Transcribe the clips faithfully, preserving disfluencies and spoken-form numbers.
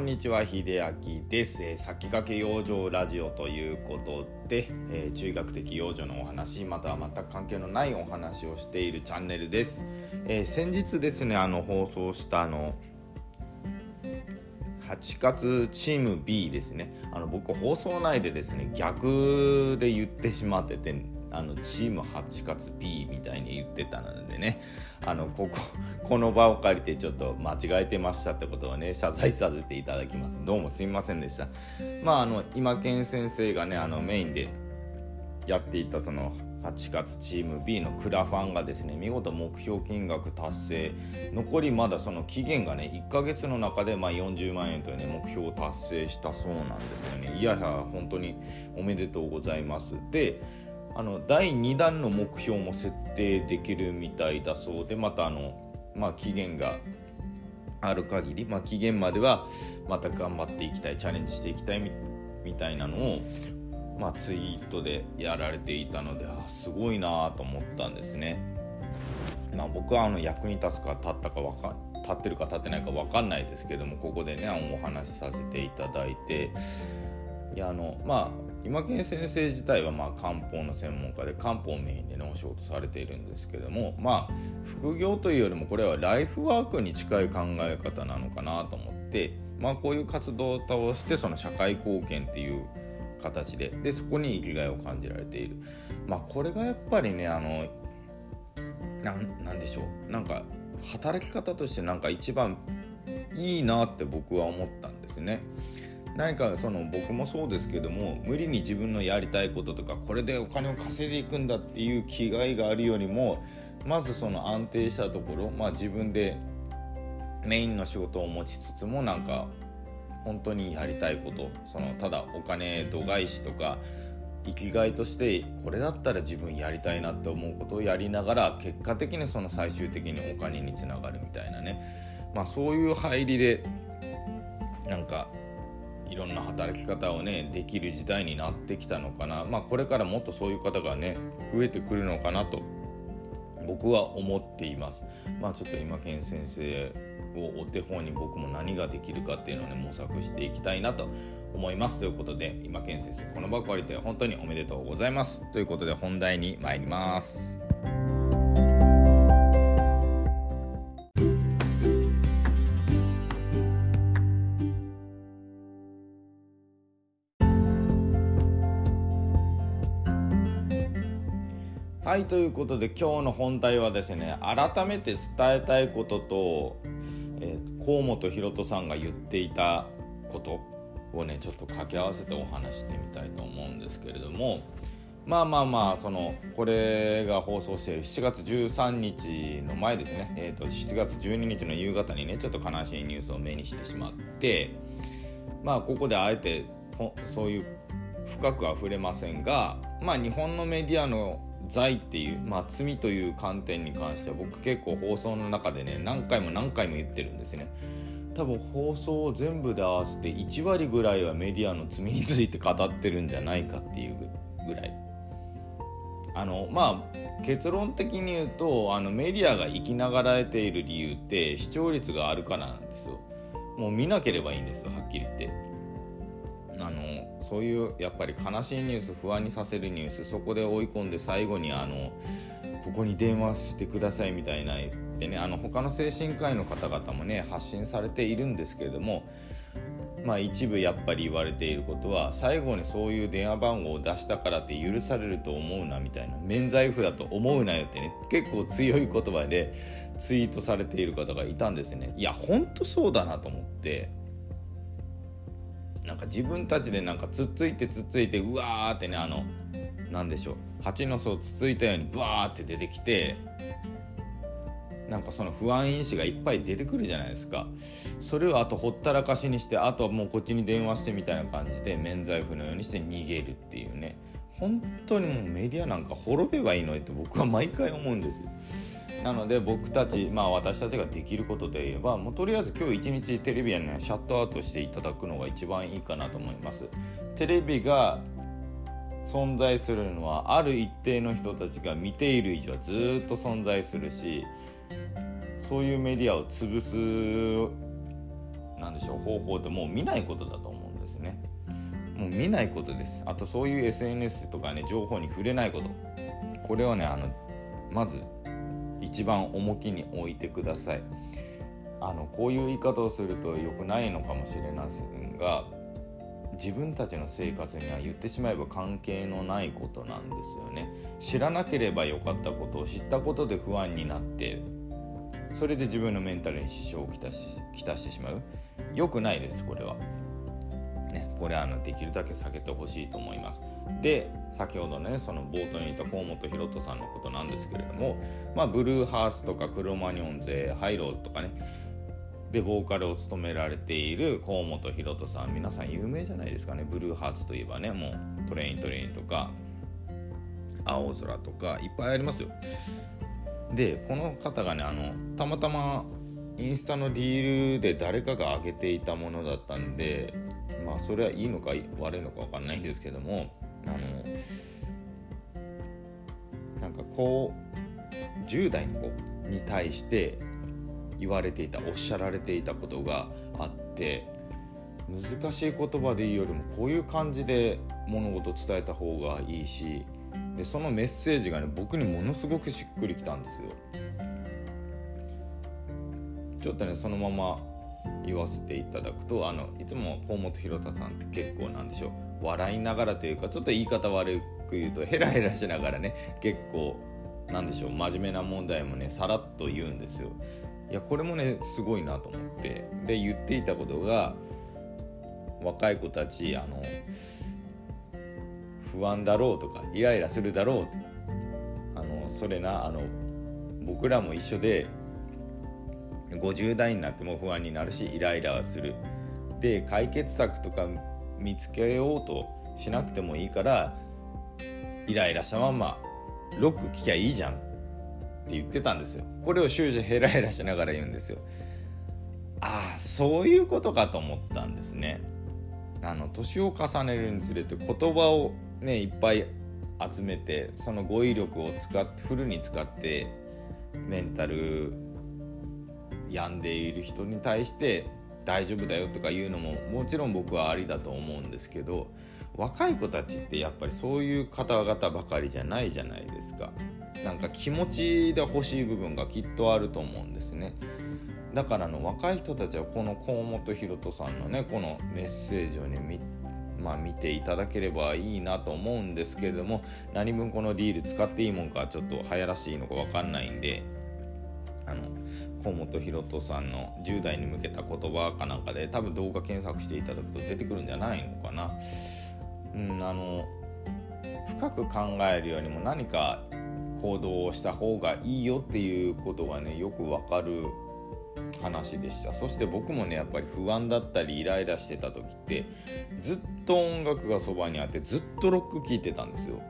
んにちは、秀明です、えー、先駆け養生ラジオということで、えー、中学的養生のお話、または全く関係のないお話をしているチャンネルです。えー、先日ですね、あの放送したあのはちがつチーム B ですね、あの僕放送内でですね逆で言ってしまってて、あのチームはちがつ B みたいに言ってたのでね、あのこここの場を借りてちょっと間違えてましたってことをね謝罪させていただきます。どうもすみませんでした。まああの今健先生がねあのメインでやっていたそのはちがつチーム B のクラファンがですね見事目標金額達成、残りまだその期限がねいっかげつの中でまあよんじゅうまんえんというね目標を達成したそうなんですよね。いやいや本当におめでとうございます。であのだいにだんの目標も設定できるみたいだそうで、またあの、まあ、期限がある限り、まあ、期限まではまた頑張っていきたい、チャレンジしていきたい み, みたいなのを、まあ、ツイートでやられていたので、あすごいなと思ったんですね。まあ、僕はあの役に立つか立ったか分か立ってるか立ってないか分かんないですけども、ここでねお話しさせていただいて、いやあのまあ今健先生自体はまあ漢方の専門家で漢方メインでのお仕事されているんですけども、まあ副業というよりもこれはライフワークに近い考え方なのかなと思って、まあこういう活動を通してその社会貢献っていう形ででそこに生きがいを感じられている。まあこれがやっぱりねあのな ん, なんでしょうなんか働き方としてなんか一番いいなって僕は思ったんですね。何かその僕もそうですけども、無理に自分のやりたいこととかこれでお金を稼いでいくんだっていう気概があるよりも、まずその安定したところ、まあ自分でメインの仕事を持ちつつもなんか本当にやりたいこと、そのただお金度外視とか生きがいとしてこれだったら自分やりたいなって思うことをやりながら、結果的にその最終的にお金につながるみたいなね、まあそういう入りでなんかいろんな働き方をねできる時代になってきたのかな。まあこれからもっとそういう方がね増えてくるのかなと僕は思っています。まあちょっと今健先生をお手本に僕も何ができるかっていうのをね模索していきたいなと思います。ということで今健先生この場を借りて本当におめでとうございますということで本題に参ります。はい、ということで今日の本題はですね、改めて伝えたいことと、えー、河本大翔さんが言っていたことをねちょっと掛け合わせてお話してみたいと思うんですけれども、まあまあまあそのこれが放送しているしちがつじゅうさんにちの前ですね、えーとしちがつじゅうににちの夕方にねちょっと悲しいニュースを目にしてしまって、まあここであえてそういう深くは触れませんが、まあ日本のメディアの罪っていう、まあ、罪という観点に関しては僕結構放送の中でね何回も何回も言ってるんですね。多分放送を全部で合わせていちわりぐらいはメディアの罪について語ってるんじゃないかっていうぐらい、あのまあ結論的に言うとあのメディアが生きながらえている理由って視聴率があるからなんですよ。もう見なければいいんですよ、はっきり言って。あのそういうやっぱり悲しいニュース、不安にさせるニュース、そこで追い込んで最後にあのここに電話してくださいみたいなでね、あの他の精神科医の方々もね発信されているんですけれども、まあ一部やっぱり言われていることは、最後にそういう電話番号を出したからって許されると思うなみたいな、免罪符だと思うなよってね結構強い言葉でツイートされている方がいたんですね。いや本当そうだなと思って、なんか自分たちでなんかつっついてつっついてうわーってね、あのなんでしょう蜂の巣をつついたようにブワーって出てきて、なんかその不安因子がいっぱい出てくるじゃないですか。それをあとほったらかしにして、あとはもうこっちに電話してみたいな感じで免罪符のようにして逃げるっていうね、本当にもうメディアなんか滅べばいいのにって僕は毎回思うんですよ。なので僕たち、まあ私たちができることで言えば、もうとりあえず今日一日テレビはねシャットアウトしていただくのが一番いいかなと思います。テレビが存在するのはある一定の人たちが見ている以上はずっと存在するし、そういうメディアを潰すなんでしょう方法ってもう見ないことだと思うんですね。もう見ないことです。あとそういう エスエヌエス とかね情報に触れないこと、これをねあのまず一番重きに置いてください。あのこういう言い方をすると良くないのかもしれませんが、自分たちの生活には言ってしまえば関係のないことなんですよね。知らなければよかったことを知ったことで不安になって、それで自分のメンタルに支障をきたし、きたしてしまう。良くないです、これはね。これはあのできるだけ避けてほしいと思います。で、先ほどねその冒頭に言った河本大翔さんのことなんですけれども、まあブルーハーツとかクロマニョン勢、ハイローズとかねでボーカルを務められている河本大翔さん、皆さん有名じゃないですかね。ブルーハーツといえばね、もうトレイントレインとか青空とかいっぱいありますよ。でこの方がねあのたまたまインスタのリールで誰かが上げていたものだったんで、まあそれはいいのか悪いのか分かんないんですけども、あのなんかこうじゅう代の子に対して言われていたおっしゃられていたことがあって、難しい言葉で言うよりもこういう感じで物事を伝えた方がいいし、でそのメッセージがね僕にものすごくしっくりきたんですよ。ちょっとねそのまま言わせていただくと、あのいつも河本大翔さんって結構なんでしょう笑いながらというか、ちょっと言い方悪く言うとヘラヘラしながらね結構なんでしょう真面目な問題もねさらっと言うんですよ。いやこれもねすごいなと思って、で言っていたことが、若い子たちあの不安だろうとかイライラするだろうって、あのそれなあの僕らも一緒でごじゅう代になっても不安になるしイライラはする。で解決策とか見つけようとしなくてもいいから、イライラしたままロック聞きゃいいじゃんって言ってたんですよ。これを終始ヘラヘラしながら言うんですよ。ああそういうことかと思ったんですね。あの年を重ねるにつれて言葉をねいっぱい集めて、その語彙力を使ってフルに使ってメンタル病んでいる人に対して大丈夫だよとか言うのももちろん僕はありだと思うんですけど、若い子たちってやっぱりそういう方々ばかりじゃないじゃないですか。なんか気持ちで欲しい部分がきっとあると思うんですね。だからの若い人たちはこの河本大翔さんのねこのメッセージをね見まあ、見ていただければいいなと思うんですけれども、何分このディール使っていいもんかちょっと流行らしいのか分かんないんで、あの河本大翔さんのじゅう代に向けた言葉かなんかで多分動画検索していただくと出てくるんじゃないのかな。うん、あの深く考えるよりも何か行動をした方がいいよっていうことがねよく分かる話でした。そして僕もねやっぱり不安だったりイライラしてた時ってずっと音楽がそばにあってずっとロック聴いてたんですよ。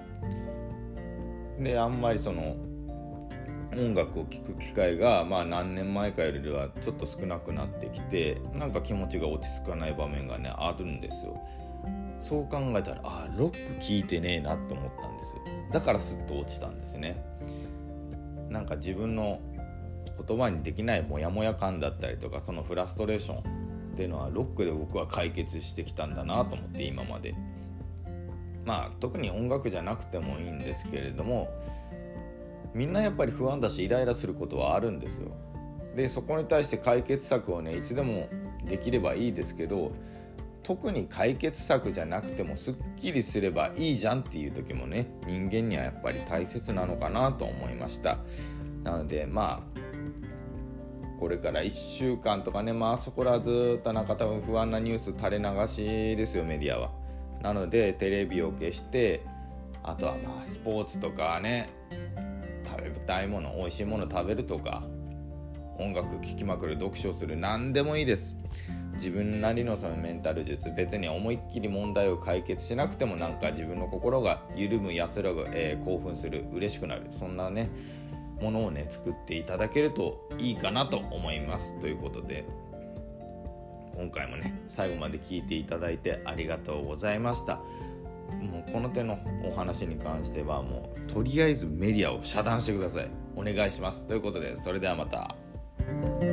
であんまりその音楽を聴く機会がまあ何年前かよりはちょっと少なくなってきて、なんか気持ちが落ち着かない場面がねあるんですよ。そう考えたらあロック聴いてねえなって思ったんですよ。だからスッと落ちたんですね。なんか自分の言葉にできないモヤモヤ感だったりとか、そのフラストレーションっていうのはロックで僕は解決してきたんだなと思って、今までまあ特に音楽じゃなくてもいいんですけれども、みんなやっぱり不安だしイライラすることはあるんですよ。でそこに対して解決策をねいつでもできればいいですけど、特に解決策じゃなくてもすっきりすればいいじゃんっていう時もね人間にはやっぱり大切なのかなと思いました。なのでまあこれからいっしゅうかんとかね、まあそこらずっとなんか多分不安なニュース垂れ流しですよ、メディアは。なのでテレビを消して、あとはまあスポーツとかね、食べたいもの美味しいもの食べるとか、音楽聴きまくる、読書する、何でもいいです。自分なりのそのメンタル術、別に思いっきり問題を解決しなくてもなんか自分の心が緩む、安らぐ、えー、興奮する、嬉しくなる、そんなねものをね作っていただけるといいかなと思います。ということで今回もね最後まで聞いていただいてありがとうございました。もうこの手のお話に関してはもうとりあえずメディアを遮断してください。お願いします。ということでそれではまた。